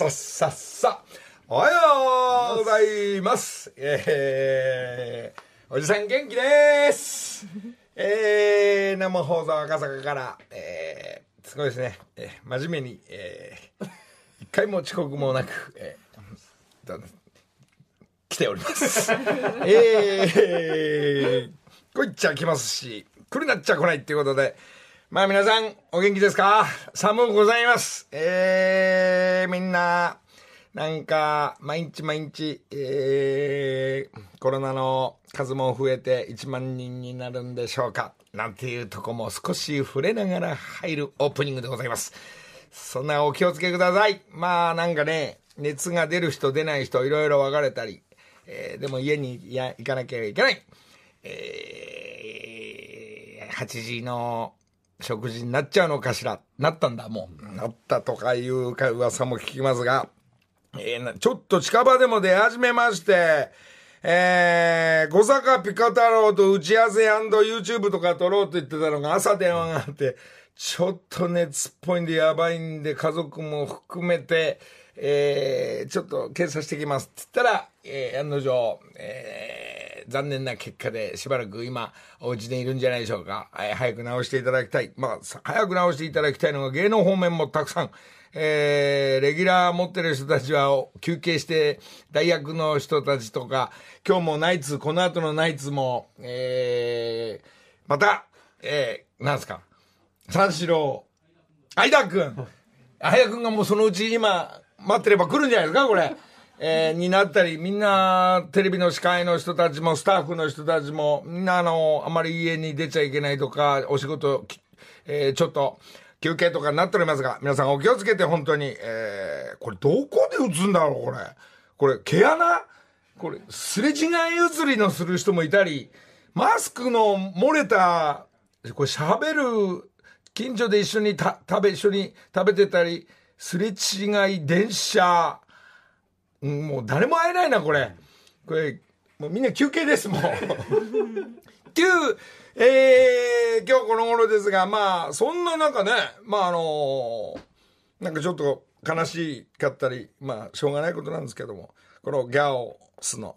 おはようございます。おじさん元気です。生放送赤坂から、すごいですね。真面目に、一回も遅刻もなく、来ております。こいっちゃ来ますし、来るなっちゃ来ないっていうことで、まあ皆さんお元気ですか？寒うございます。みんな、なんか、毎日、コロナの数も増えて1万人になるんでしょうかなんていうとこも少し触れながら入るオープニングでございます。そんなお気をつけください。まあなんかね、熱が出る人出ない人いろいろ分かれたり、でも家に行かなきゃいけない。8時の食事になっちゃうのかしら。なったんだ、もう。なったとかいう噂も聞きますが、ちょっと近場でも出始めまして、小坂ピカ太郎と打ち合わせ &YouTube とか撮ろうと言ってたのが朝電話があって、ちょっと熱っぽいんでやばいんで家族も含めて、ちょっと検査してきますって言ったら、案の定、残念な結果でしばらく今お家でいるんじゃないでしょうか。早く治していただきたい。まあ、早く治していただきたいのが芸能方面もたくさん。レギュラー持ってる人たちは休憩して大学の人たちとか、今日もナイツ、この後のナイツも、また、なんすか、三四郎、相田くんがもうそのうち今待ってれば来るんじゃないですか、これ。になったり、みんなテレビの司会の人たちもスタッフの人たちもみんなあまり家に出ちゃいけないとか、お仕事、ちょっと休憩とかになっておりますが、皆さんお気をつけて本当に、これどこで打つんだろう、これ毛穴、これすれ違い移りのする人もいたり、マスクの漏れた、これ喋る、近所で一緒に食べてたり、すれ違い電車、もう誰も会えないな、これもうみんな休憩です、もうっていう、今日この頃ですが、まあそんな中ね、まあなんかちょっと悲しかったり、まあしょうがないことなんですけども、このギャオスの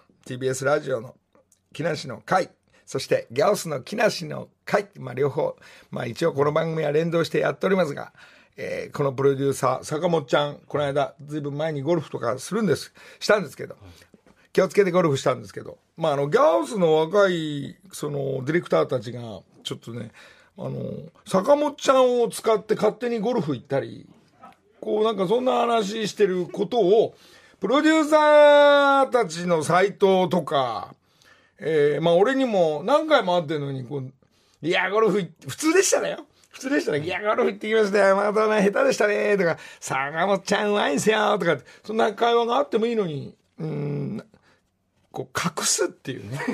TBS ラジオの木梨の会、そしてギャオスの木梨の会、まあ両方、まあ一応この番組は連動してやっておりますが、このプロデューサー坂本ちゃん、この間ずいぶん前にゴルフとかしたんですけど、気をつけてゴルフしたんですけど、まあギャオスの若いそのディレクターたちがちょっとね、坂本ちゃんを使って勝手にゴルフ行ったり、こうなんかそんな話してることをプロデューサーたちのサイトとか、まあ俺にも何回も会ってるのにいやゴルフ普通でしたねよ。普通でしたね。いや、ゴルフ行ってきましたよ。またね、下手でしたね。とか、坂本ちゃんうまいんすよ。とか、そんな会話があってもいいのに、こう、隠すっていうね。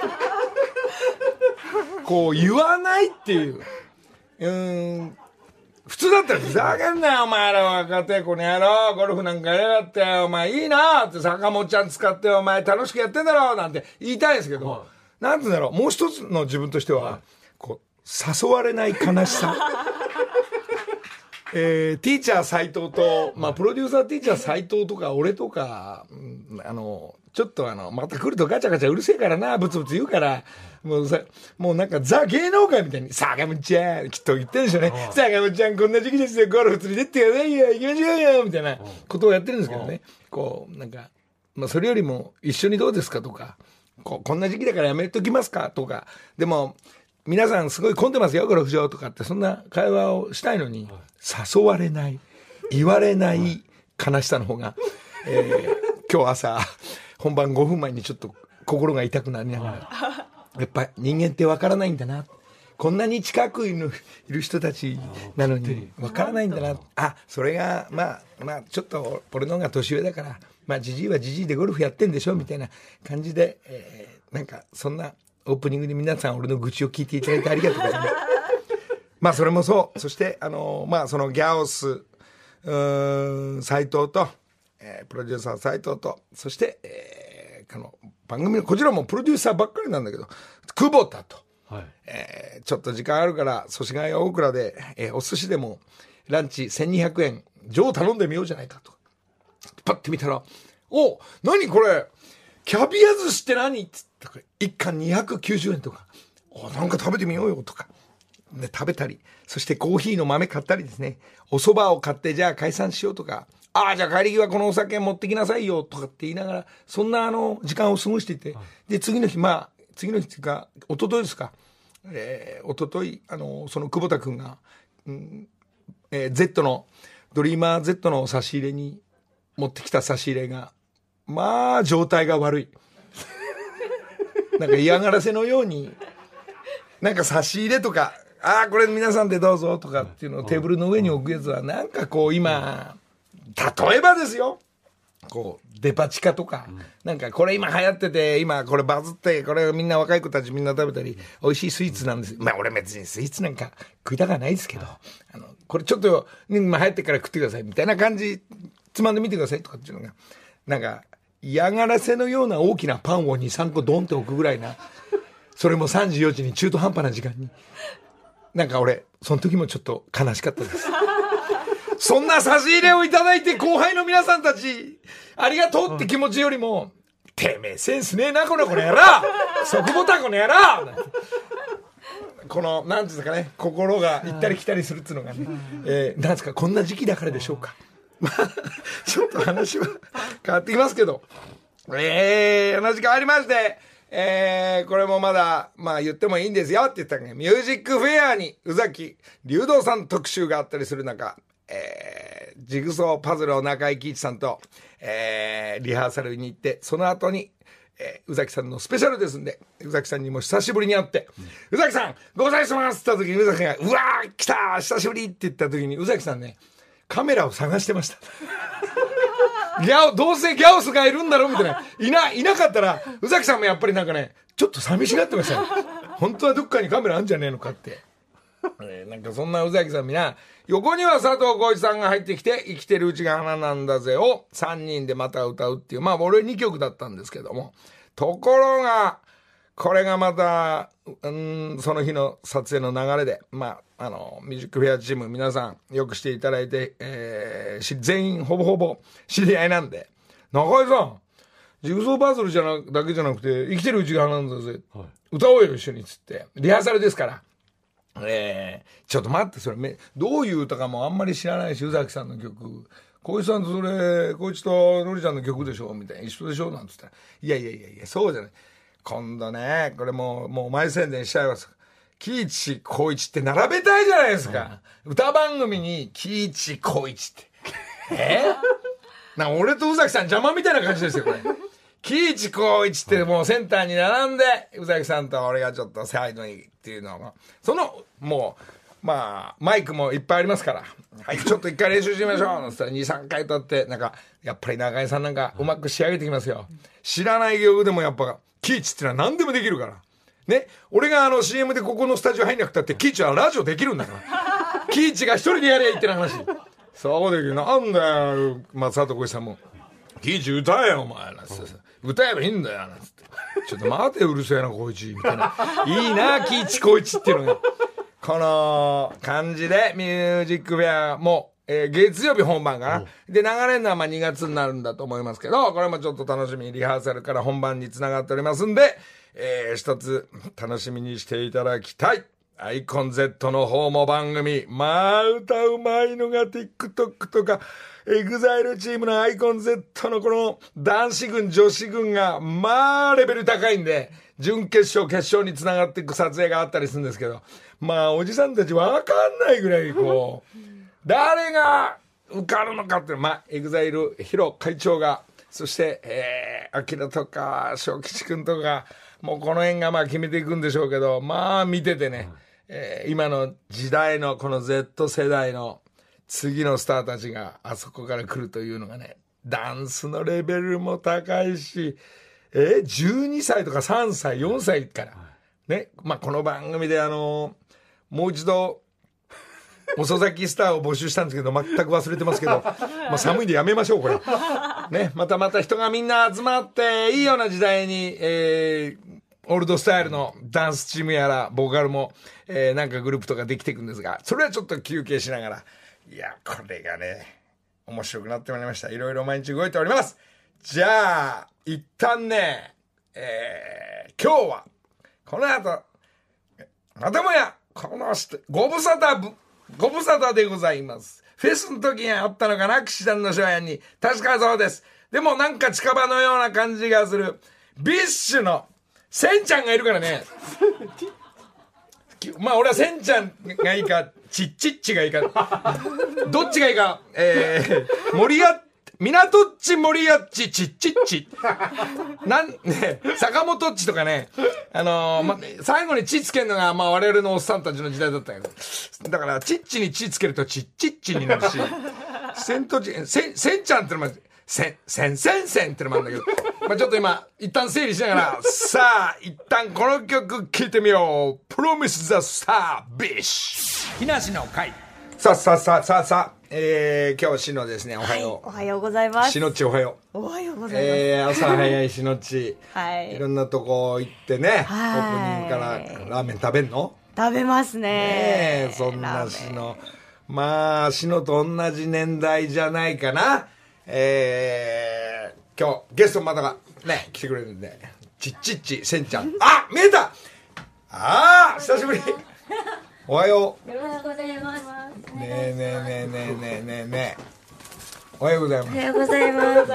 こう、言わないっていう。普通だったら、ふざけんなよ、お前ら若手、この野郎。ゴルフなんかやりやがって、お前いいなって、坂本ちゃん使って、お前楽しくやってんだろ、なんて言いたいんですけど、なんて言うんだろう、もう一つの自分としては、こう、誘われない悲しさ。ティーチャー斎藤と、まあ、プロデューサーティーチャー斎藤とか、俺とか、ちょっとまた来るとガチャガチャうるせえからな、ブツブツ言うから、もうなんかザ芸能界みたいに、坂本ちゃん、きっと言ってるんでしょうね。坂本ちゃんこんな時期ですよ、ゴルフ連れてってくださいよ、行きましょうよ、みたいなことをやってるんですけどね。こう、なんか、まあ、それよりも一緒にどうですかとか、こんな時期だからやめときますかとか、でも、皆さんすごい混んでますよ、ゴルフ場とかって、そんな会話をしたいのに、誘われない、言われない悲しさの方が、今日朝、本番5分前にちょっと心が痛くなりながら、やっぱ人間ってわからないんだな。こんなに近くいる人たちなのにわからないんだな。あ、それが、まあ、ちょっと俺の方が年上だから、まあ、じじいはじじいでゴルフやってんでしょみたいな感じで、なんか、そんなオープニングで皆さん俺の愚痴を聞いていただいてありがとうございます。まあ、それもそう。そして、まあ、そのギャオス、斉藤と、プロデューサー斉藤と、そして、この番組の、こちらもプロデューサーばっかりなんだけど、久保田と、はい、ちょっと時間あるから、祖師ヶ谷大倉で、お寿司でもランチ1200円、上頼んでみようじゃないかと。 パッて見たら、お、何これ、キャビア寿司って何って言って、1貫290円とか、なんか食べてみようよとか。で、食べたり、そしてコーヒーの豆買ったりですね、お蕎麦を買ってじゃあ解散しようとか、じゃあ帰り際このお酒持ってきなさいよとかって言いながら、そんな時間を過ごしていて、で、次の日っていうか、一昨日ですか、一昨日その久保田君が、Z の、ドリーマー Z の差し入れに持ってきた差し入れが、状態が悪い。なんか嫌がらせのように、なんか差し入れとか、これ皆さんでどうぞとかっていうのをテーブルの上に置くやつは、なんかこう今、例えばですよ、こうデパ地下とか、なんかこれ今流行ってて、今これバズって、これみんな若い子たちみんな食べたり、美味しいスイーツなんです。俺別にスイーツなんか食いたくはないですけど、これちょっと今流行ってから食ってくださいみたいな感じ、つまんでみてくださいとかっていうのが、なんか嫌がらせのような大きなパンを2、3個ドンって置くぐらいな、それも3時4時に中途半端な時間に、なんか俺その時もちょっと悲しかったです。そんな差し入れをいただいて後輩の皆さんたちありがとうって気持ちよりも、てめえセンスねえなこの野郎、即ボタンこの野郎、このなんていうんですかね、心が行ったり来たりするっていうのがね、なんですか、こんな時期だからでしょうか。ちょっと話は変わってきますけど、話変わりまして、これもまだ言ってもいいんですよって言ったらね、ミュージックフェアに宇崎竜童さん特集があったりする中、ジグソーパズルを中井貴一さんと、リハーサルに行って、その後に、宇崎さんのスペシャルですんで、宇崎さんにも久しぶりに会って、宇崎さんご無沙汰してますって言った時に、宇崎がうわー来たー久しぶりって言った時に、宇崎さんね、カメラを探してました。どうせギャオスがいるんだろうみたいな。いなかったら、宇崎さんもやっぱりなんかね、ちょっと寂しがってましたよ。本当はどっかにカメラあんじゃねえのかって。なんかそんな宇崎さん横には佐藤浩市さんが入ってきて、生きてるうちが花なんだぜを3人でまた歌うっていう、俺2曲だったんですけども、ところが、これがまた、その日の撮影の流れで、ミュージックフェアチーム皆さんよくしていただいて、全員ほぼほぼ知り合いなんで、中井さん、ジグソーパズルだけじゃなくて、生きてるうちが花なんだぜ、歌おうよ一緒にっつって、リハーサルですから、ちょっと待って、それどういう歌かもあんまり知らないし、宇崎さんの曲、小市さんと小市とのりちゃんの曲でしょみたいな、一緒でしょなんつったら、いや、そうじゃない。今度ね、これもう前宣伝しちゃいます。喜一浩一って並べたいじゃないですか。歌番組に喜一浩一って。なんか俺と宇崎さん邪魔みたいな感じですよ、これ。喜一浩一ってもうセンターに並んで、宇崎さんと俺がちょっとサイドにっていうのは、もう、マイクもいっぱいありますから、はい、ちょっと一回練習しましょう。そしたら2、3回撮って、なんか、やっぱり中井さんなんかうまく仕上げてきますよ。知らない曲でもやっぱ、喜一ってのは何でもできるから。ね。俺がCM でここのスタジオ入んなくたって、喜一はラジオできるんだから。喜一が一人でやりゃいいってな話。そうできる。なんだよ、佐藤浩市さんも。喜一歌えよ、お前。なんつってさ。歌えばいいんだよ、なんつって。ちょっと待て、うるせえな、浩一。みたいな。いいな、喜一浩一っていうのが。この感じで、ミュージックフェアも、月曜日本番かな。で、流れるのは2月になるんだと思いますけど、これもちょっと楽しみにリハーサルから本番につながっておりますんで、一つ楽しみにしていただきたい。アイコン Z の方も番組、歌うまいのが TikTok とか、EXILE チームのアイコン Z のこの男子軍、女子軍が、レベル高いんで、準決勝、決勝につながっていく撮影があったりするんですけど、おじさんたちわかんないぐらい、誰が受かるのかって、EXILE ヒロ会長が、そして、アキラとか、小吉くんとか、もうこの辺が決めていくんでしょうけど、見ててね、今の時代のこの Z 世代の次のスターたちがあそこから来るというのがね、ダンスのレベルも高いし、12歳とか3歳、4歳から、ね、この番組でもう一度、遅咲きスターを募集したんですけど、全く忘れてますけど、寒いんでやめましょう、これ。ね、また人がみんな集まって、いいような時代に、オールドスタイルのダンスチームやら、ボーカルも、なんかグループとかできていくんですが、それはちょっと休憩しながら、いや、これがね、 面白くなってまいりました。いろいろ毎日動いております。じゃあ、一旦ね、今日は、この後、またもや、このご無沙汰でございます。フェスの時にあったのかな、騎士団の初演に。確かそうです。でもなんか近場のような感じがする。ビッシュの、センちゃんがいるからね。まあ俺はセンちゃんがいいか、チッチがいいか。どっちがいいか、港っち森やっちちっちっち。ね、坂本っちとかね、最後にちつけるのが、まあ我々のおっさんたちの時代だったけど。だから、ちっちにちつけるとちっちっちになるし、せんちゃんってのも、せんってのもあるんだけど、まあちょっと今、一旦整理しながら、さあ、一旦この曲聴いてみよう。Promise the Starfish。木梨の会。さあ、今日しのですね、おはよう。 おはようございます。 しのっちおはよう。おはようございます。 朝早いしのっち。 はい。 いろんなとこ行ってね、オープニングからラーメン食べんの？ 食べますね。 そんなしの。まあ、しのと同じ年代じゃないかな。今日、ゲストまたがね、来てくれるんで、ちっち、せんちゃん。あ、見えた！久しぶり。おはよう。おはようございます。 ねえ。おはようございます。 おはようございます。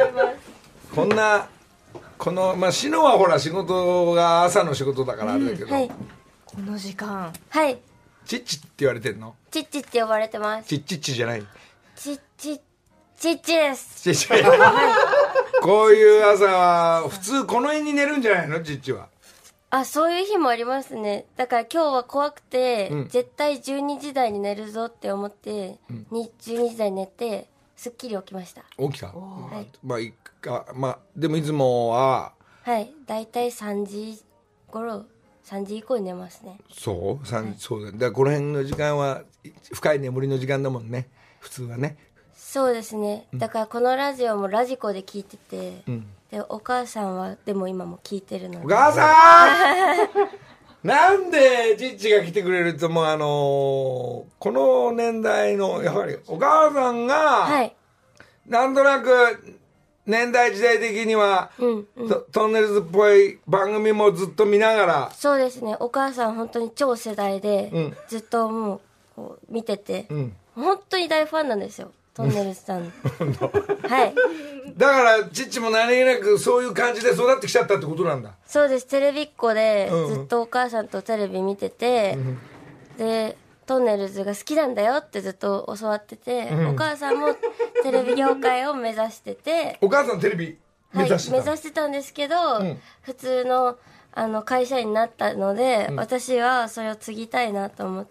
この、まあ、しのはほら仕事が朝の仕事だからあれだけど、 はい。 この時間。 はい。 ちっちって言われてんの？ ちっちって呼ばれてます。 ちっちじゃない。 ちっちです。 ちっち。こういう朝は、普通この辺に寝るんじゃないの？ちっちは。 そういう日もありますね。だから今日は怖くて、絶対12時台に寝るぞって思って、12時台に寝て、すっきり起きました。 起きた？ はい。 まあ、でもいつもは、 はい。だいたい3時以降に寝ますね。 そう？はい、そうだ。だからこの辺の時間は、深い眠りの時間だもんね。普通はね。 そうですね。だからこのラジオもラジコで聞いてて、でお母さんはでも今も聞いてるので。 お母さんなんでちっちが来てくれるともうこの年代のやはりお母さんが、はい、なんとなく年代時代的には、トンネルズっぽい番組もずっと見ながら。 そうですね。お母さん本当に超世代で、ずっともうこう見てて、本当に大ファンなんですよ。トンネルズさん。はい。 だからちっちも何気なくそういう感じで育ってきちゃったってことなんだ。 そうです。テレビっ子でずっとお母さんとテレビ見てて、でトンネルズが好きなんだよってずっと教わってて、お母さんもテレビ業界を目指しててお母さんテレビ目指してた、 はい、目指してたんですけど、普通の会社員になったので、私はそれを継ぎたいなと思って、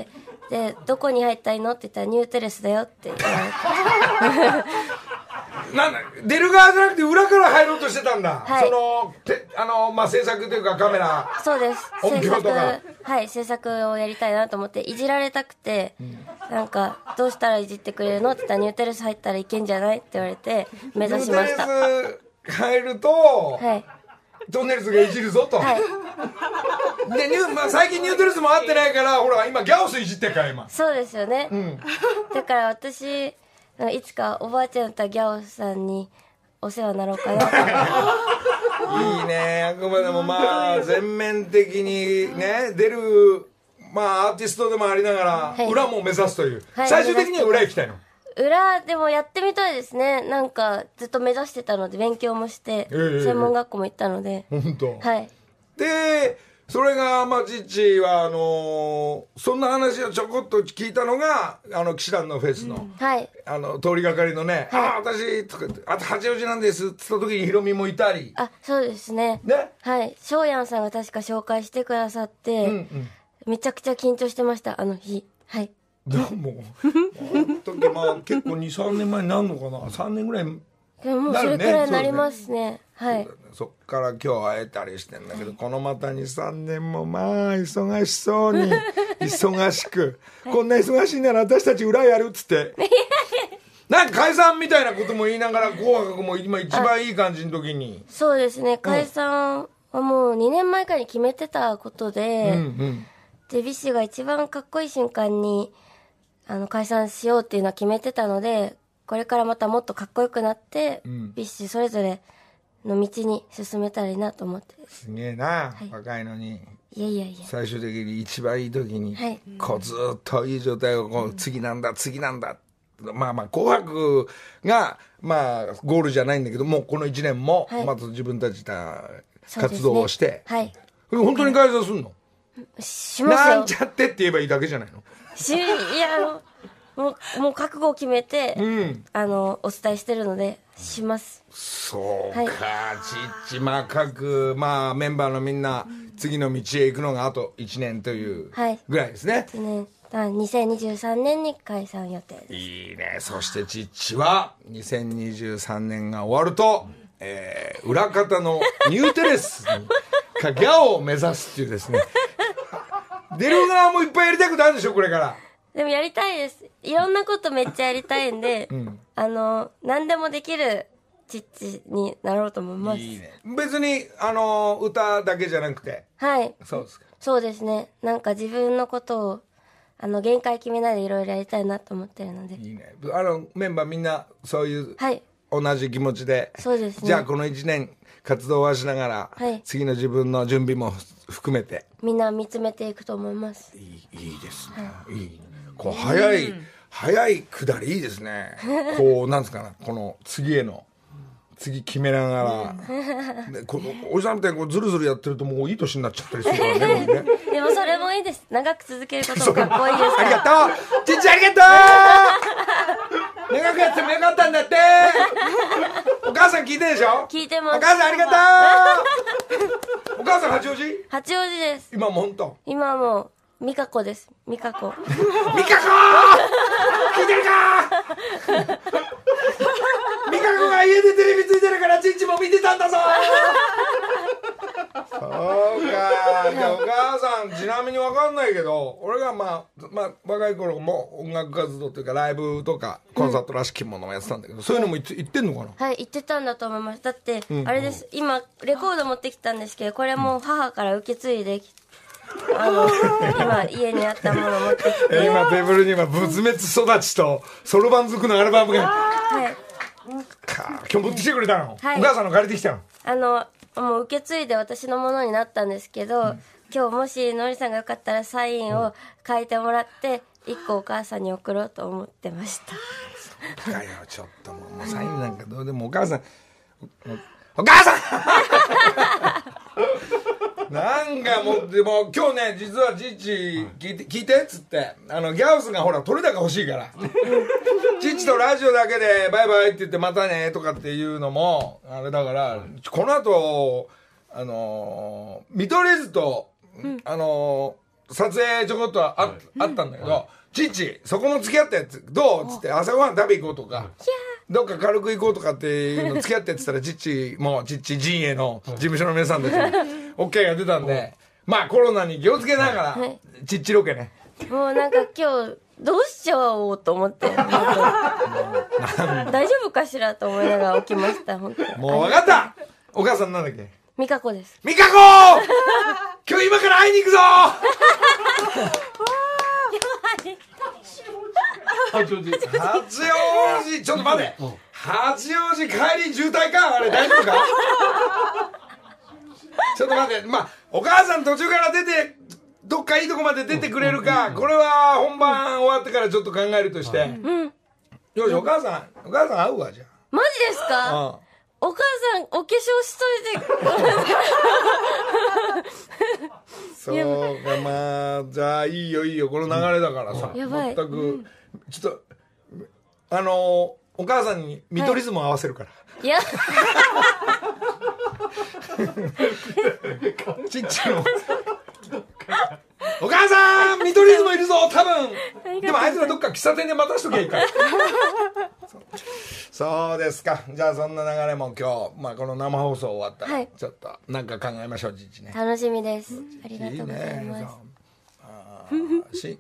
でどこに入ったらいいのって言ったらニューテレスだよって言われてなんだ出る側じゃなくて裏から入ろうとしてたんだ、 はい、 まあ、制作というかカメラそうです音響とか制作をやりたいなと思っていじられたくて、なんかどうしたらいじってくれるのって言ったらニューテレス入ったらいけんじゃないって言われて目指しました。 ニューテレス入ると、 はい、 トンネルズがいじるぞと、はい、で最近ニューテレスも会ってないからほら今ギャオスいじってるから今。 そうですよね、だから私いつかおばあちゃんだったらギャオスさんにお世話になろうかなといいね。あくまでもまあ全面的にね出るまあアーティストでもありながら、はい、裏も目指すという、はい、最終的には裏行きたいの。 裏でもやってみたいですね。なんかずっと目指してたので勉強もして、専門学校も行ったので。 本当。 はい。 でそれがまあちっちはそんな話をちょこっと聞いたのが騎士団のフェスの、 はい、 通りがかりのね、 はい、 私八王子なんですって言った時にヒロミもいたり。 そうですね。はい。翔やんさんが確か紹介してくださって、めちゃくちゃ緊張してましたあの日。はい。 でも時まあ結構 2,3 年前になるのかな、3年ぐらいでもそれくらいになりますね。はい。 そっから今日会えたりしてんだけど、このまた 2,3 年もまあ忙しそうに忙しくこんな忙しいなら私たち裏やるっつってなんか解散みたいなことも言いながら紅白も今一番いい感じの時に。 そうですね。解散はもう2年前からに決めてたことで、でビッシュが一番かっこいい瞬間に解散しようっていうのは決めてたので、 これからまたもっとかっこよくなって、 んビッシュそれぞれの道に進めたらいいなと思ってすげえな、 はい若いのにいやいやいや最終的に一番いい時に、 はいこうずっといい状態をこう、次なんだ次なんだ、まあまあ紅白がまあゴールじゃないんだけどもうこの1年もはいまず自分たちがそうですね活動をして、 はい本当に解散すんの、 しますよなんちゃってって言えばいいだけじゃないの。 いやもう覚悟を決めて、 うんお伝えしてるのでします。 そうか、 はいちっちまかく、まあメンバーのみんな次の道へ行くのがあと1年というはいぐらいですね、 2023年に解散予定です。 いいね。そしてちっちは2023年が終わると、裏方のニューテレスかギャオを目指すっていうですね出る側もいっぱいやりたくなるでしょこれから。 でもやりたいです。いろんなことめっちゃやりたいんで、何でもできるチッチになろうと思います。 いいね。別に歌だけじゃなくて。 はい。 そうですか。 そうですね。なんか自分のことを、限界決めないでいろいろやりたいなと思ってるので。 いいね。メンバーみんなそういうはい。 同じ気持ちで、 そうですね。 じゃあこの1年活動はしながら、 はい次の自分の準備も含めてみんな見つめていくと思います。 いいですね、いいこう早い下りいいですねこうなんですかね、この次決めながら、でこのおじさんみたいにこうズルズルやってるともういい年になっちゃったりするからねこれねでもそれもいいです。長く続けることもかっこいいですかありら。 がとうちっちゃんありがとう長くやってもよかったんだってお母さん聞いてるでしょ。 聞いてます。 お母さんありがとうお母さん八王子八王子です。 今もうほんと今はもう、美香子です。美香子。 ミカコ聞いてるかミカコが家でテレビついてるからちっちも見てたんだぞそうか。じゃあお母さんちなみに分かんないけど俺がまあ若い頃も音楽活動っていうかライブとかコンサートらしきものをやってたんだけど、そういうのも言ってんのかな。 はい、言ってたんだと思います。だって、あれです。今、レコード持ってきたんですけど、これも母から受け継いで今、家にあったものを持ってきて。 今テーブルには仏滅育ちとソロバン族のアルバムがはい。 今日持ってきてくれたの、 はいお母さんの借りてきたの。 もう受け継いで私のものになったんですけど、今日もしのりさんがよかったらサインを書いてもらって1個お母さんに送ろうと思ってました。 かよちょっともうサインなんかどうでもお母さんお母さんなんかもうでも今日ね実はチッチ聞いてっつってギャオスがほら取れ高欲しいからチッチとラジオだけでバイバイって言ってまたねとかっていうのもあれだからこの後見取り図と、撮影ちょこっとあったんだけど、チッチそこも付き合ってどうっつって朝ごはん食べ行こうとかどっか軽く行こうとかっていうの付き合ってって言ったらチッチ陣営の事務所の皆さんたちに OK が出たんで、まあコロナに気をつけながら、チッチロケね。 もうなんか今日どうしちゃおうと思って大丈夫かしらと思いながら起きました本当に。 もう分かった。お母さんなんだっけ。 美香子です。 美香子今日今から会いに行くぞ八王子ちょっと待って八王子帰り渋滞かあれ大丈夫かちょっと待ってまあお母さん途中から出てどっかいいとこまで出てくれるかこれは本番終わってからちょっと考えるとして、よしお母さん会うわじゃあ。 マジですか。お母さんお化粧しといてそうかまあじゃあいいよこの流れだからさ、 やばい全く、ちょっとお母さんに見取り図も合わせるから、 いやちっちゃのお母さん見取り図もいるぞ多分でもあいつらどっか喫茶店で待たしときゃいいからそうですか。じゃあそんな流れも今日、この生放送終わったら、ちょっとなんか考えましょう。ちっちね楽しみです。ありがとうございます。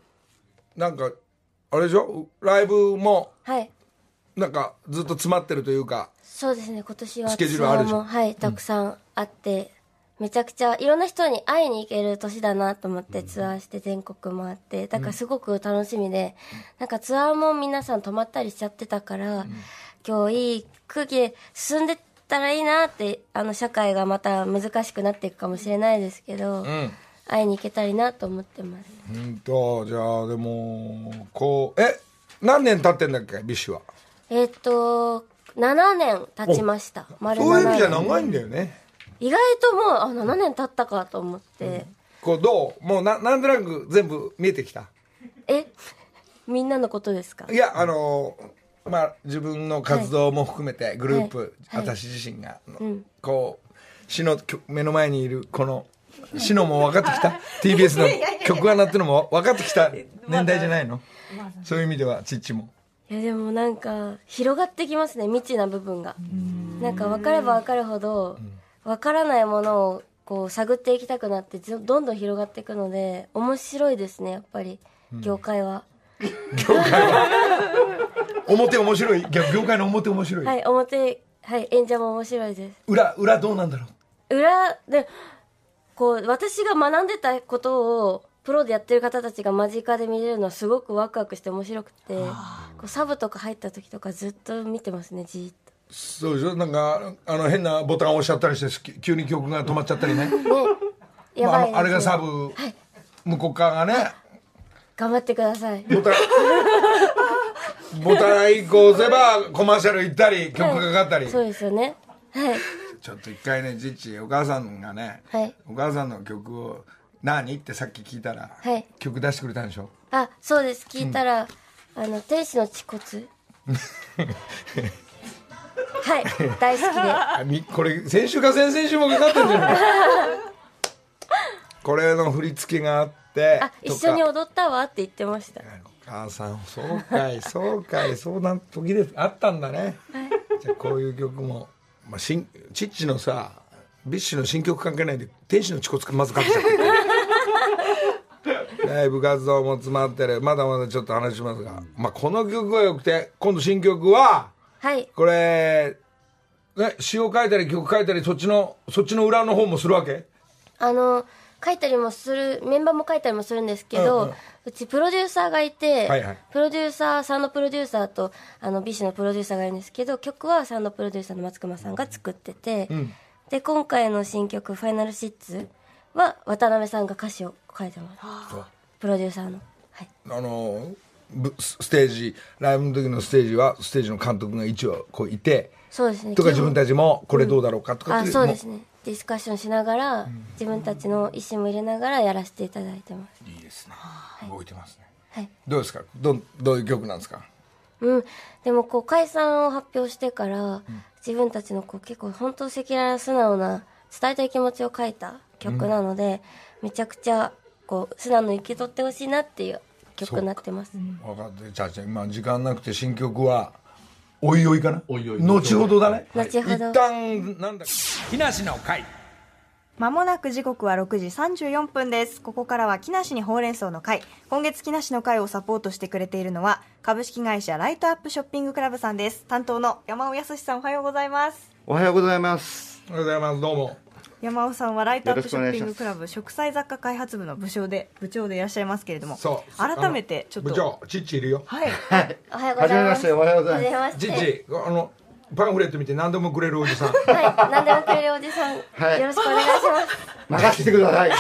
なんかあれでしょライブもはいなんかずっと詰まってるというか。 そうですね今年はスケジュールあるでしょ。 はいたくさんあって、 めちゃくちゃいろんな人に会いに行ける年だなと思ってツアーして全国回って、だからすごく楽しみで、なんかツアーも皆さん泊まったりしちゃってたから、今日いい空気で進んでったらいいなって、社会がまた難しくなっていくかもしれないですけど、会いに行けたらいいなと思ってます。 じゃあでも何年経ってんだっけビッシュは。 7年経ちました。丸7年。 そういう意味じゃ長いんだよね。 意外ともう7年経ったかと思って、 どうもうなんとなく全部見えてきた。 みんなのことですか。 いや自分の活動も含めてグループ、私自身が、こうシノ目の前にいるこのシノも分かってきたTBS の曲が鳴ってるのも分かってきた年代じゃないの。そういう意味ではチッチも。 いやでもなんか広がってきますね、未知な部分が。なんか分かれば分かるほど、分からないものをこう探っていきたくなってどんどん広がっていくので面白いですね、やっぱり業界は。 表面白い、業界の表面白い。 演者も面白いです。 裏どうなんだろう。裏でこう私が学んでたことをプロでやってる方たちが間近で見れるのはすごくワクワクして面白くて、こうサブとか入った時とかずっと見てますね、じーっと。 そうでしょ。なんか変なボタンを押しちゃったりして急に曲が止まっちゃったりね。 やばいですね。 あれがサブ、向こう側がね。 頑張ってください。 ボタン1個押せばコマーシャル行ったり曲がかかったり、 そうですよね。 ちょっと一回ね、ジッチお母さんがね、お母さんの曲を何ってさっき聞いたら、曲出してくれたんでしょ。 そうです。聞いたら、天使の恥骨大好きで。 これ先週か先々週もかかってるんじゃないこれの振り付けがあって一緒に踊ったわって言ってました。 お母さんそうかいそうな時であったんだね。じゃあこういう曲も、チッチのさビッシュの新曲関係ないで天使の恥骨まずかけちゃってライブ活動も詰まってる。まだまだちょっと話しますが、この曲がよくて、今度新曲はこれ詩を書いたり曲書いたりそっちの裏の方もするわけ。 書いたりもする、メンバーも書いたりもするんですけど、うちプロデューサーがいて、プロデューサーサウンドプロデューサーとビッシュのプロデューサーがいるんですけど、曲はサウンドプロデューサーの松隈さんが作ってて、で今回の新曲「ファイナルシッツ」は渡辺さんが歌詞を書いてます。プロデューサーの、 ステージライブの時のステージはステージの監督が一応こういて、 そうですね、 とか自分たちもこれどうだろうかとかって、 そうですね、ディスカッションしながら、自分たちの意思も入れながらやらせていただいてます。 いいですね、動いてますね。どうですか、どういう曲なんですか。 でもこう解散を発表してから、自分たちのこう結構本当赤裸々な素直な伝えたい気持ちを書いた曲なので、めちゃくちゃこう素直に受け取ってほしいなっていう曲になってます。 分かって。じゃあ今時間なくて新曲はおいおいかな、後ほどだね。 後ほど。 一旦なんだ木梨の会。 まもなく時刻は6時34分です。ここからは木梨にほうれん草の会。今月木梨の会をサポートしてくれているのは株式会社ライトアップショッピングクラブさんです。担当の山尾康さん、おはようございます。 おはようございます。 おはようございます。どうも。 山尾さんはライトアップショッピングクラブ植栽雑貨開発部の部長でいらっしゃいますけれども、改めてちょっと部長チッチいるよ。 おはようございます。 おはようございます。 チッチパンフレット見て何でもくれるおじさん。 何でもくれるおじさん、よろしくお願いします。 任せてください。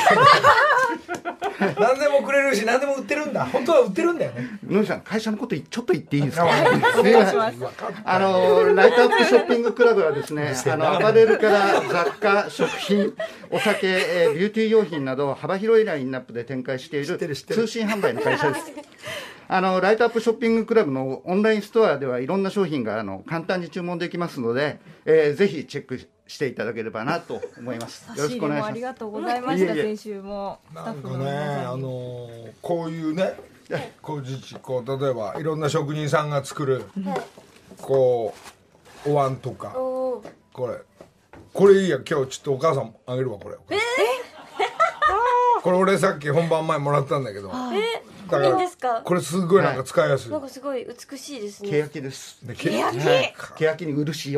何でもくれるし何でも売ってるんだ。本当は売ってるんだよね。 野口さん、会社のことちょっと言っていいですか。 お願いします。 ライトアップショッピングクラブはですね、アパレルから雑貨、食品、お酒、ビューティー用品など幅広いラインナップで展開している通信販売の会社です。ライトアップショッピングクラブのオンラインストアではいろんな商品が簡単に注文できますので、ぜひチェックしていただければなと思います。よろしくお願いします。 ありがとうございました。先週もスタッフの皆さんにこういうね、こう例えばいろんな職人さんが作るこうお椀とか、これいいや、今日ちょっとお母さんあげるわ。これ俺さっき本番前もらったんだけど、 いいんですか。 これすごいなんか使いやすい。 なんかすごい美しいですね。 ケヤキです。 ケヤキに漆を。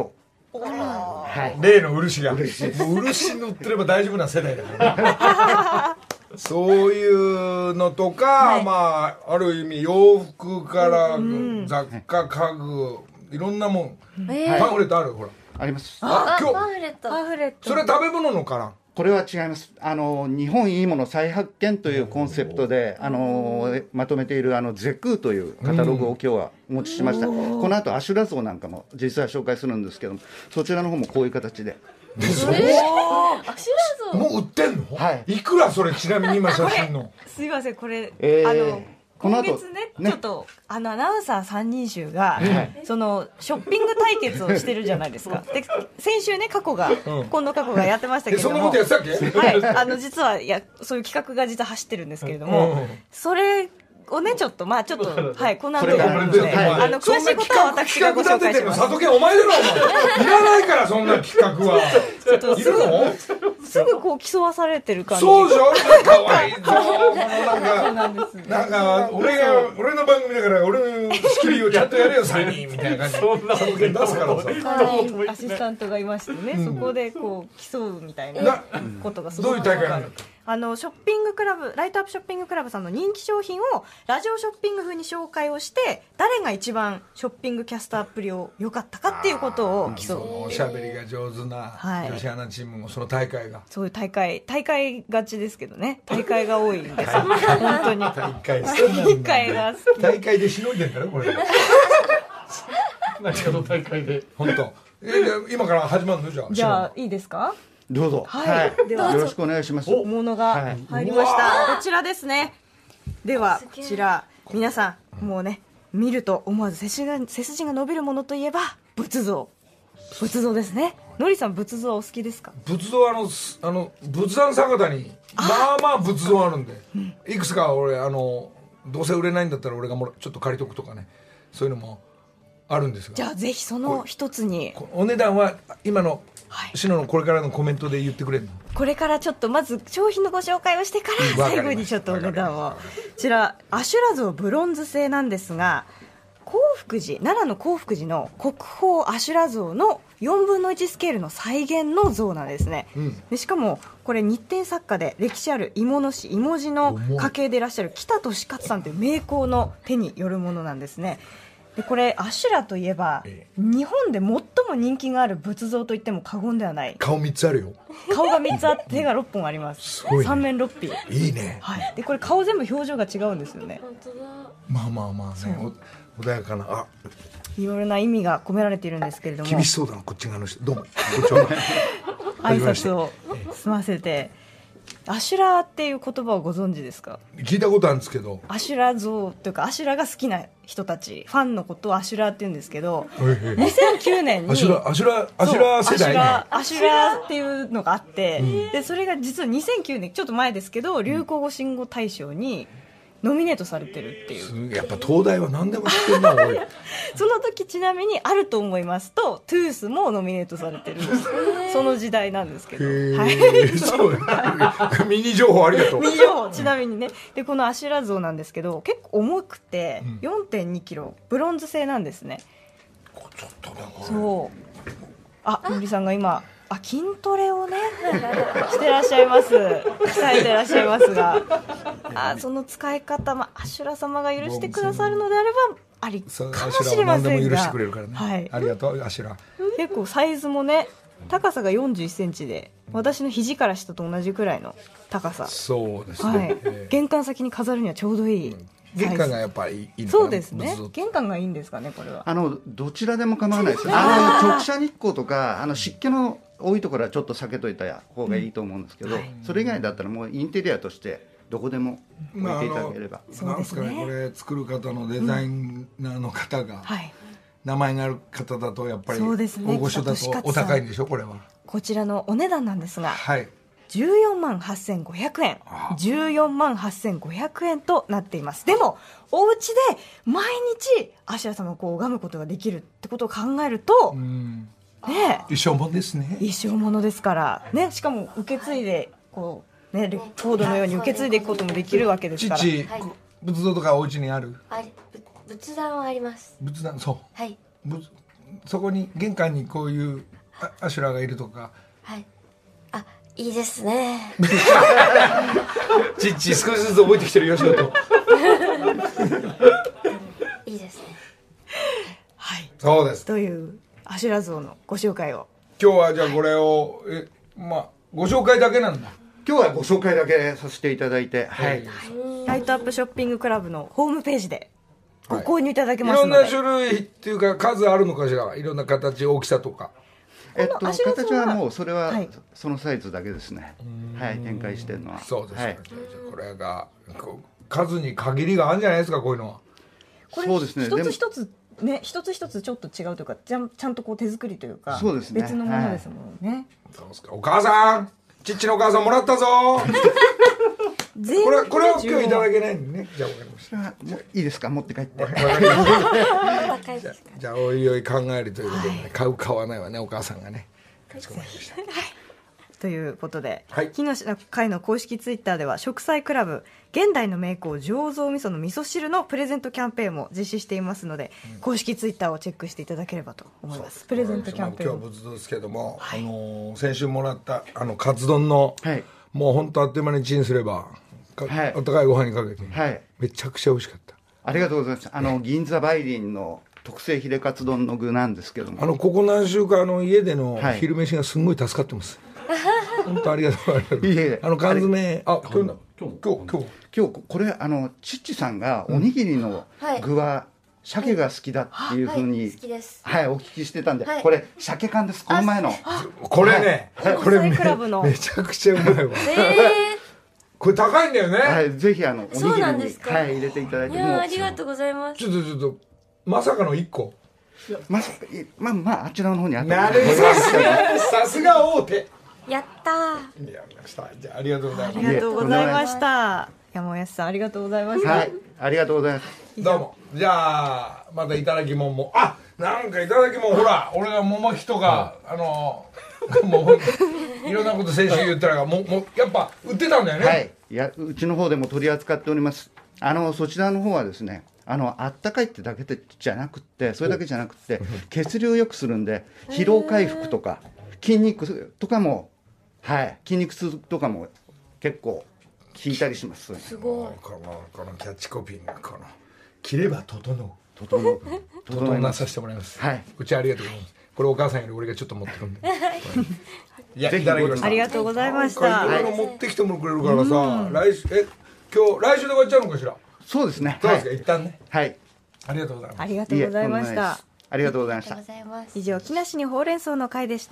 はい、 例の漆がもう漆塗ってれば大丈夫な世代だからねそういうのとか、 はい、 まあある意味洋服から雑貨家具いろんなもん、パンフレットあるほらあります。 パ今日ンフレットそれ食べ物のかな。 これは違います。日本いいもの再発見というコンセプトでまとめているゼクーというカタログを今日はお持ちしました。この後アシュラ像なんかも実際紹介するんですけども、そちらの方もこういう形で。 アシュラ像もう売ってんの？ はい。 いくらそれちなみに今写真の。 すいませんこれ、今この後月ねちょっとアナウンサー3人衆が、そのショッピング対決をしてるじゃないですか。で先週ね過去が、今度過去がやってましたけれども、 そんなことやってたっけ？ はい、実はそういう企画が実は走ってるんですけれども、それをねちょっとまあちょっとはいこの後詳しいことは私がご紹介します。 佐藤健お前だろお前いらないからそんな企画はいるの？ すぐこう競わされてる感じ。 そうでしょ。かわいいなんか俺の番組だから俺の仕切りをちゃんとやれよ3人みたいな感じで佐藤健出すからさ。 アシスタントがいましてね、そこでこう競うみたいなことがすごくどういう大会なの？ ショッピングクラブライトアップショッピングクラブさんの人気商品をラジオショッピング風に紹介をして誰が一番ショッピングキャスターっぷりを良かったかっていうことを競う。 おしゃべりが上手な女子アナチームもその大会がそういう大会勝ちですけどね、大会が多いんです本当に大会が好き。 大会でしのいでんだろこれ何かの大会で本当今から始まるの？ じゃあいいですか？ どうぞ。 はい、ではよろしくお願いします。 ものが入りました、こちらですね。ではこちら皆さんもうね見ると思わず背筋が伸びるものといえば仏像ですね。のりさん仏像お好きですか？ 仏像仏壇坂田にまあ仏像あるんで、いくつか俺どうせ売れないんだったら俺がちょっと借りとくとかね、そういうのもあるんですが、 じゃあぜひその一つにお値段は今の篠のこれからのコメントで言ってくれるの？ これからちょっとまず商品のご紹介をしてから最後にちょっとお値段を。こちらアシュラ像ブロンズ製なんですが、奈良の興福寺の国宝アシュラ像の4分の1スケールの再現の像なんですね、でしかもこれ日展作家で歴史ある芋野市芋路の家系でいらっしゃる北利勝さんという名工の手によるものなんですね。でこれアシュラといえば、日本で最も人気がある仏像といっても過言ではない。 顔3つあるよ。 顔が3つあって手が6本あります。 すごい、ね、 3面6臂。 いいね、 はい、でこれ顔全部表情が違うんですよね。 本当だ。 まあね、穏やかな、 いろいろな意味が込められているんですけれども、 厳しそうだなこっち側の人。どうもこっちは挨拶を済ませて。アシュラっていう言葉をご存知ですか？ 聞いたことあるんですけど、 アシュラ像というかアシュラが好きな人たちファンのことをアシュラって言うんですけど、2009年にアシュラ世代ね、 アシュラっていうのがあって、でそれが実は2009年ちょっと前ですけど流行語新語大賞にノミネートされてるっていう。 やっぱ東大は何でも知ってるなおいその時ちなみにあると思いますとトゥースもノミネートされてるんですその時代なんですけど、はい、 そうミニ情報ありがとう。 ミニ情報ちなみにね。でこのアシュラ像なんですけど結構重くて 4.2 キロブロンズ製なんですね。 ちょっとねこれそうのりさんが今筋トレをねしてらっしゃいます。鍛えてらっしゃいますがその使い方、アシュラ様が許してくださるのであればありかもしれませんが、 何でも許してくれるからね、 はい、 ありがとうアシュラ。 結構サイズもね高さが41センチで私の肘から下と同じくらいの高さ。 そうですね、 はい、玄関先に飾るにはちょうどいい。 玄関がやっぱりいいのかな。 そうですね、玄関がいいんですかね。これはどちらでも構わないです。直射日光とか湿気の多いところはちょっと避けといた方がいいと思うんですけど、それ以外だったらもうインテリアとしてどこでも置いていただければ、 なんですかね、これ作る方のデザイナーの方が、名前がある方だとやっぱり大御所だとお高いんでしょ。これはこちらのお値段なんですが、 はい、 14万8500円14万8500円となっています。でもお家で毎日アシュラ様を拝むことができるってことを考えると、 一生もんですね。 一生ものですからね。しかも受け継いでレコードのように受け継いでいくこともできるわけですから。 仏像とかお家にある？ 仏壇はあります。 仏壇、そう、 はい、 そこに玄関にこういうアシュラがいるとか。 はい。あ、いいですね。 ちっち少しずつ覚えてきてるよ、仕事。 いいですね。 はい。 そうです。 というアシュラ像のご紹介を。 今日はじゃあこれを、まあ、ご紹介だけなんだ。 今日はご紹介だけさせていただいて、はい。 ライトアップショッピングクラブのホームページでご購入いただけいますので、 ろんな種類っていうか数あるのかしら。いろんな形、大きさとか。 形はもうそれはそのサイズだけですね。はい、展開してるのは。 そうですか。 はい、 じゃあこれが数に限りがあるんじゃないですか、こういうのは。 これ一つ一つね、一つ一つちょっと違うというか、ちゃんとこう手作りというか、 そうですね、 別のものですもんね。 そうですか。お母さん、ちっちのお母さんもらったぞ。これは今日いただけないんでね。じゃあ分かりました。 もういいですか、持って帰って。 じゃあおいおい考えるということで、ね、買う買わないはね、お母さんがね。かしこまりました。 ということで、 はい、 木梨の会の公式ツイッターでは食彩クラブ現代の名工醸造味噌の味噌汁のプレゼントキャンペーンも実施していますので、公式ツイッターをチェックしていただければと思います。プレゼントキャンペーン、 今日仏像ですけども、はい、先週もらったカツ丼の、はい、もう本当あっという間にチンすれば、はい、お互いご飯にかけて、はい、めちゃくちゃ美味しかった。 ありがとうございます。銀座梅林の特製ヒレカツ丼の具なんですけども、 ここ何週か家での昼飯がすんごい助かってます。本当ありがとう。缶詰、今日これチッチさんがおにぎりの具は鮭が好きだっていうふうに、はい、お聞きしてたんで、これ鮭缶です。この前のこれね、これめちゃくちゃうまいわ。これ高いんだよね。 はい、ぜひおにぎりに入れていただいて。 ありがとうございます。 ちょっとまさかの1個。 まあちらの方にあった。 なるほど。さすが大手。 やったー。やりました。じゃあありがとうございます。 ありがとうございました。山安さんありがとうございました。 はい、ありがとうございます。 どうも。じゃあまたいただきもんも、なんかいただきもん、ほら俺が桃木とかもういろんなこと先週言ったらもうやっぱ売ってたんだよね。 はい。いや、うちの方でも取り扱っております。そちらの方はですね、あったかいってだけじゃなくて、それだけじゃなくて血流を良くするんで、疲労回復とか筋肉とかも、はい、筋肉痛とかも結構効いたりします。 すごい。 このキャッチコピーが切れば整なさせてもらいます。はい。うちありがとうございます。これお母さんより俺がちょっと持ってくんで。いや、いただきました。 ありがとうございました。 いろいろ持ってきてもくれるからさ、来週で終わっちゃうのかしら。 そうですね。 そうですか、一旦ね。 はい。 ありがとうございます。 ありがとうございました。 ありがとうございました。 以上、木梨にほうれん草の会でした。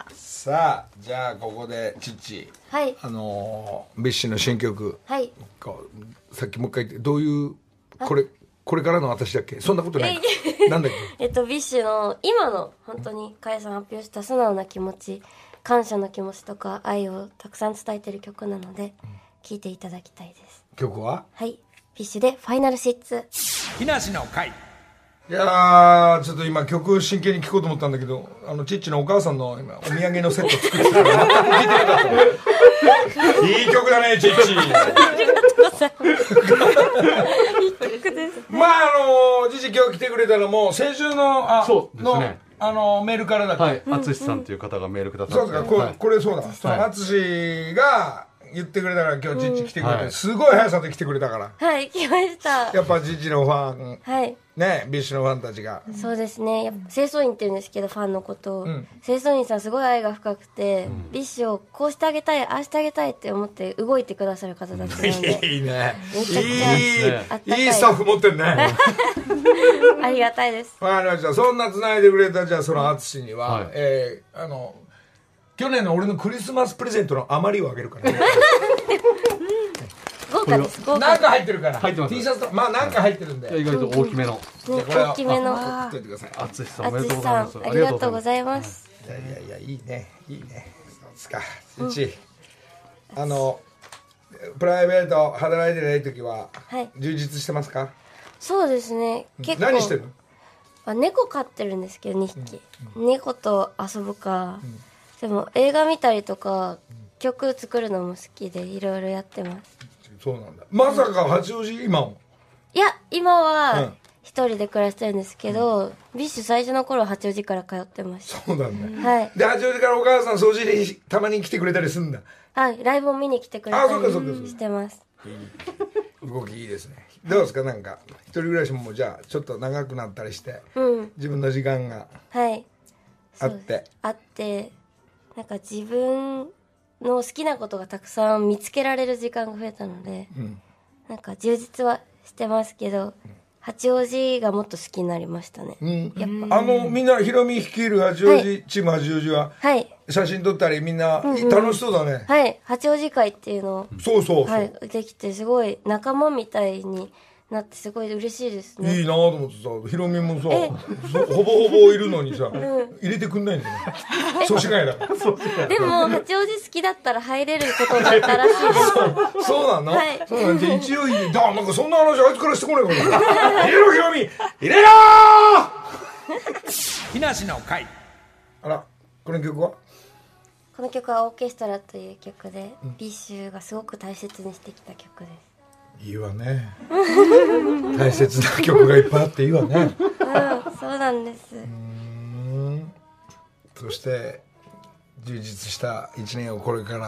さあ、じゃあここでチッチ、 はい、 ビッシュの新曲、 はい、 さっきもう一回言って、どういうこれからの私だっけ？そんなことない。なんだっけ？ ビッシュの今の本当にかやさん発表した素直な気持ち、感謝の気持ちとか愛をたくさん伝えてる曲なので、聴いていただきたいです。 曲は？ はい、ビッシュでファイナルシッツ。 木梨の会。いやー、ちょっと今曲真剣に聴こうと思ったんだけど、チッチのお母さんの今お土産のセット作ってたから全く聞いてなかった。いい曲だね、チッチ。 ありがとうございます。いい曲です。 まあチッチ今日来てくれたのも先週のそうですね。 メールからだっけ？ はい、淳さんという方がメールくださって。 そうですか、これそうだ。淳が言ってくれたから今日チッチ来てくれて、すごい速さで来てくれたから。 はい、来ました。 やっぱチッチのファン、 はい、 ね、ビッシュのファンたちが。 そうですね。やっぱ清掃員って言うんですけど、ファンのことを、清掃員さんすごい愛が深くて、ビッシュをこうしてあげたい、ああしてあげたいって思って動いてくださる方だったので。 いいね。 めちゃくちゃいいスタッフ持ってるね。 ありがたいです。 わかりました。そんな繋いでくれたじゃあその淳には、去年の俺のクリスマスプレゼントの余りをあげるからね。 豪華です。豪華。 なんか入ってるから。 入ってます。 T シャツとなんか入ってるんで。 意外と大きめの。 大きめの。 送っといてください。 淳さんおめでとうございます。 ありがとうございます。 いやいいね。そうですか。プライベート働いてない時は充実してますか？ そうですね。結構。 何してるの？猫飼ってるんですけど2匹。猫と遊ぶか。でも映画見たりとか曲作るのも好きでいろいろやってます。 そうなんだ。まさか八王子今も？ いや、今は一人で暮らしてるんですけど、ビッシュ最初の頃は八王子から通ってましそうなんだ、 た。はい。 で八王子からお母さん掃除にたまに来てくれたりするんだ。 はい、ライブを見に来てくれたあ、そうかそうかそうかりしてます。 動きいいですね。どうですか、なんか一人暮らしもじゃあちょっと長くなったりして、 うん。 自分の時間がはい。 あってあって、なんか自分の好きなことがたくさん見つけられる時間が増えたので、なんか充実はしてますけど、八王子がもっと好きになりましたね。やっぱみんなヒロミ率いる八王子、チーム八王子ははい写真撮ったりみんな楽しそうだね、 はい八王子会っていうのをそうそうそう、 はいできてすごい仲間みたいになってすごい嬉しいですね。 いいなと思ってさ、ヒロミもさほぼほぼいるのにさ、入れてくんないんだよね。祖師ヶ谷だからでも八王子好きだったら入れることだったらしいですそうなの、 はいそうなんじゃあ一応なんかそんな話あいつからしてこないから入れろヒロミ入れろー木梨の会。あら、この曲はこの曲はオーケストラという曲で、ビッシュがすごく大切にしてきた曲です。 いいわね大切な曲がいっぱいあっていいわねそうなんです。 そして充実した一年をこれから、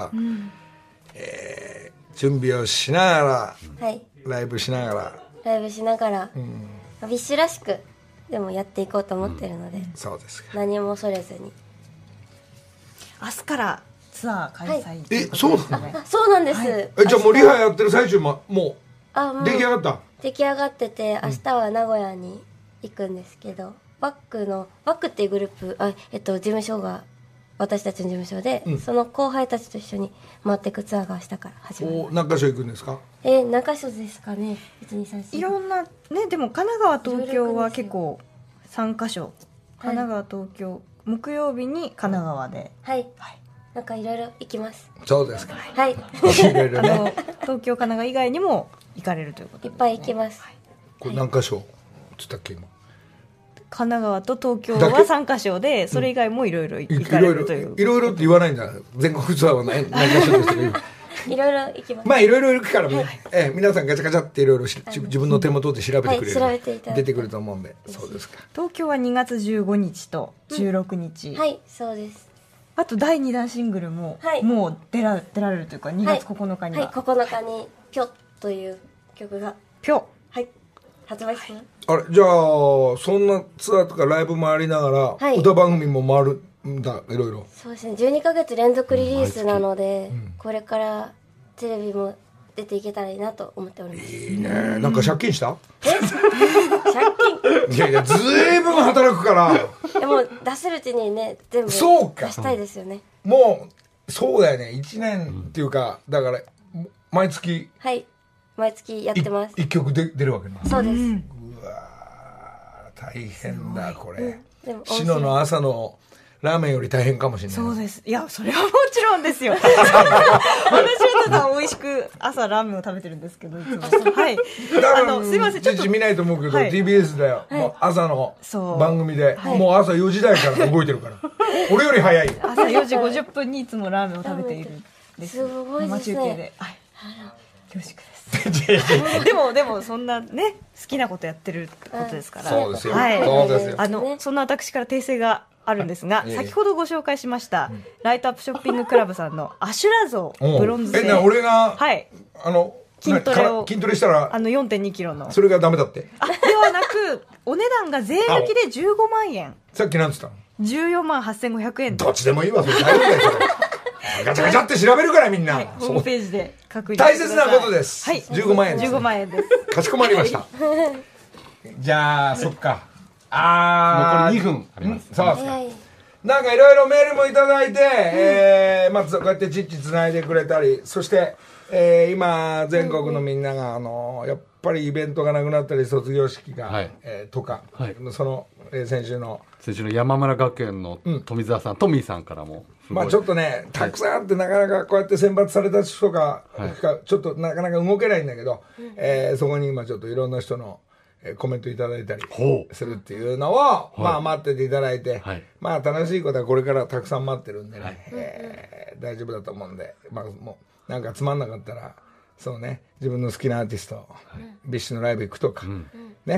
準備をしながら、 はい、 ライブしながら、 ライブしながら、ビッシュらしくでもやっていこうと思ってるので、 そうですか。 何も恐れずに。 明日からツアー開催、 え、そうなの？ あ、そうなんです、 じゃあもうリハやってる最中ももう出来上がった？ 出来上がってて、明日は名古屋に行くんですけど、バックっていうグループ、事務所が私たちの事務所で、その後輩たちと一緒に回っていくツアーが明日から始まります。 何か所行くんですか？ 何か所ですかね。 いろんなね、でも神奈川東京は結構3カ所、神奈川東京、木曜日に神奈川で、 はい、なんかいろいろ行きます。 そうですか。 はい、 いろいろね。 東京神奈川以外にも行かれるということですね。 いっぱい行きます。 これ何か所つったっけ今？ 神奈川と東京は3カ所で、それ以外もいろいろ行かれるという。 いろいろって言わないんだ。全国ツアーは何か所ですけど。 いろいろ行きます。 まあいろいろ行くからね、皆さんガチャガチャっていろいろ自分の手元で調べてくれる、 はい、調べていただいて出てくると思うんで。そうですか。 東京は2月15日と16日、 はい、そうです。 あと第2弾シングルも、もう出られるというか、2月9日には、 はい、9日に「ぴょ」という曲がぴょ、 はい、発売します。 あれ、じゃあそんなツアーとかライブ回りながら、歌番組も回るんだ、いろいろ。 そうですね、12ヶ月連続リリースなので、これからテレビも出ていけたらいいなと思っております。 いいね。なんか借金した？ 借金？ いやいや、ずいぶん働くから。 でも出せるうちにね、全部出したいですよね。 もうそうだよね。1年っていうか、だから毎月、 はい、毎月やってます。 1曲出るわけな。 そうです。 うわー、大変だこれ。篠の朝のラーメンより大変かもしれない。 そうです。いや、それはもちろんですよ。私はただ美味しく朝ラーメンを食べてるんですけど、いつも。はい。すいません、ちょっと見ないと思うけど、TBS だよ。もう朝の番組で、もう朝4時台から動いてるから。俺より早いよ。 朝4時50分にいつもラーメンを食べているんです。 すごいですね。 生中継で。はい。恐縮です。でもそんなね、好きなことやってるってことですから。 そうですよ。 そうですよ。そんな私から訂正があるんですが、先ほどご紹介しましたライトアップショッピングクラブさんのアシュラ像ブロンズ製、 俺が筋トレしたら 4.2 キロの、 それがダメだって？ ではなく、お値段が税抜きで15万円。 さっきなんつったの ？14万8500円。 どっちでもいいわ、それ大丈夫だよそれ。ガチャガチャって調べるからみんな、 ホームページで確認してください。 大切なことです。15万円です。 15万円です。 かしこまりました。じゃあそっか、 残り2分あります。 そうですか。なんかいろいろメールもいただいて、まずこうやってチッチつないでくれたり、そして、今全国のみんながやっぱりイベントがなくなったり、卒業式が、とか、その、先週の山村学園の富澤さん、トミーさんからも、 まあちょっとね、たくさんあって、なかなかこうやって選抜された人が、ちょっとなかなか動けないんだけど、そこに今ちょっといろんな人のコメントいただいたりするっていうのを、まあ待ってていただいて、まあ楽しいことはこれからたくさん待ってるんでね、大丈夫だと思うんで、まあもうなんかつまんなかったら、そうね、自分の好きなアーティスト、ビッシュのライブ行くとか、ね、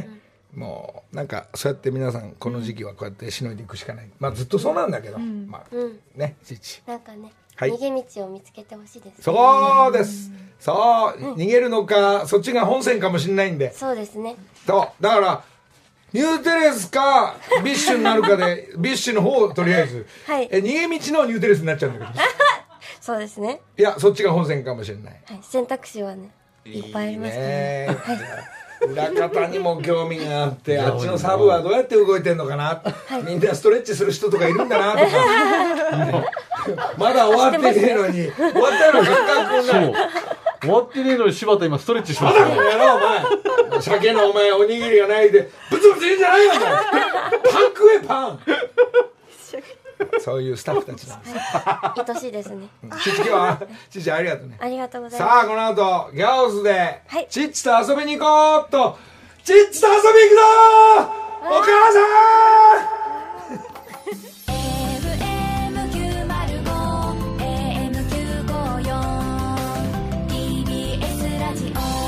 もうなんかそうやって皆さんこの時期はこうやってしのいでいくしかない、まあずっとそうなんだけど、まあね、父なんかね、 はい逃げ道を見つけてほしいです。 そうです、そう、逃げるのかそっちが本線かもしれないんで、 そうですね。 そうだからニューテレスかビッシュになるかでビッシュの方をとりあえず、 はい逃げ道のニューテレスになっちゃうんだけどそうですね。 いやそっちが本線かもしれない。 はい、選択肢はね、いっぱいありますからね。 裏方にも興味があってあっちのサブはどうやって動いてんのかな、みんなストレッチする人とかいるんだなとかまだ終わってねえのに終わったの感覚そないう終わってねえのに柴田今ストレッチしてますよ。 やろお前鮭のお前おにぎりがないでブツブツ言うんじゃないよお前パン食えパンそういうスタッフたちなんです。 愛しいですね。 父は父ありがとうね。 ありがとうございます。 さあこの後ギャオスではいチッチと遊びに行こうと、チッチと遊び行くぞお母さん AM905 AM954 TBS ラジオ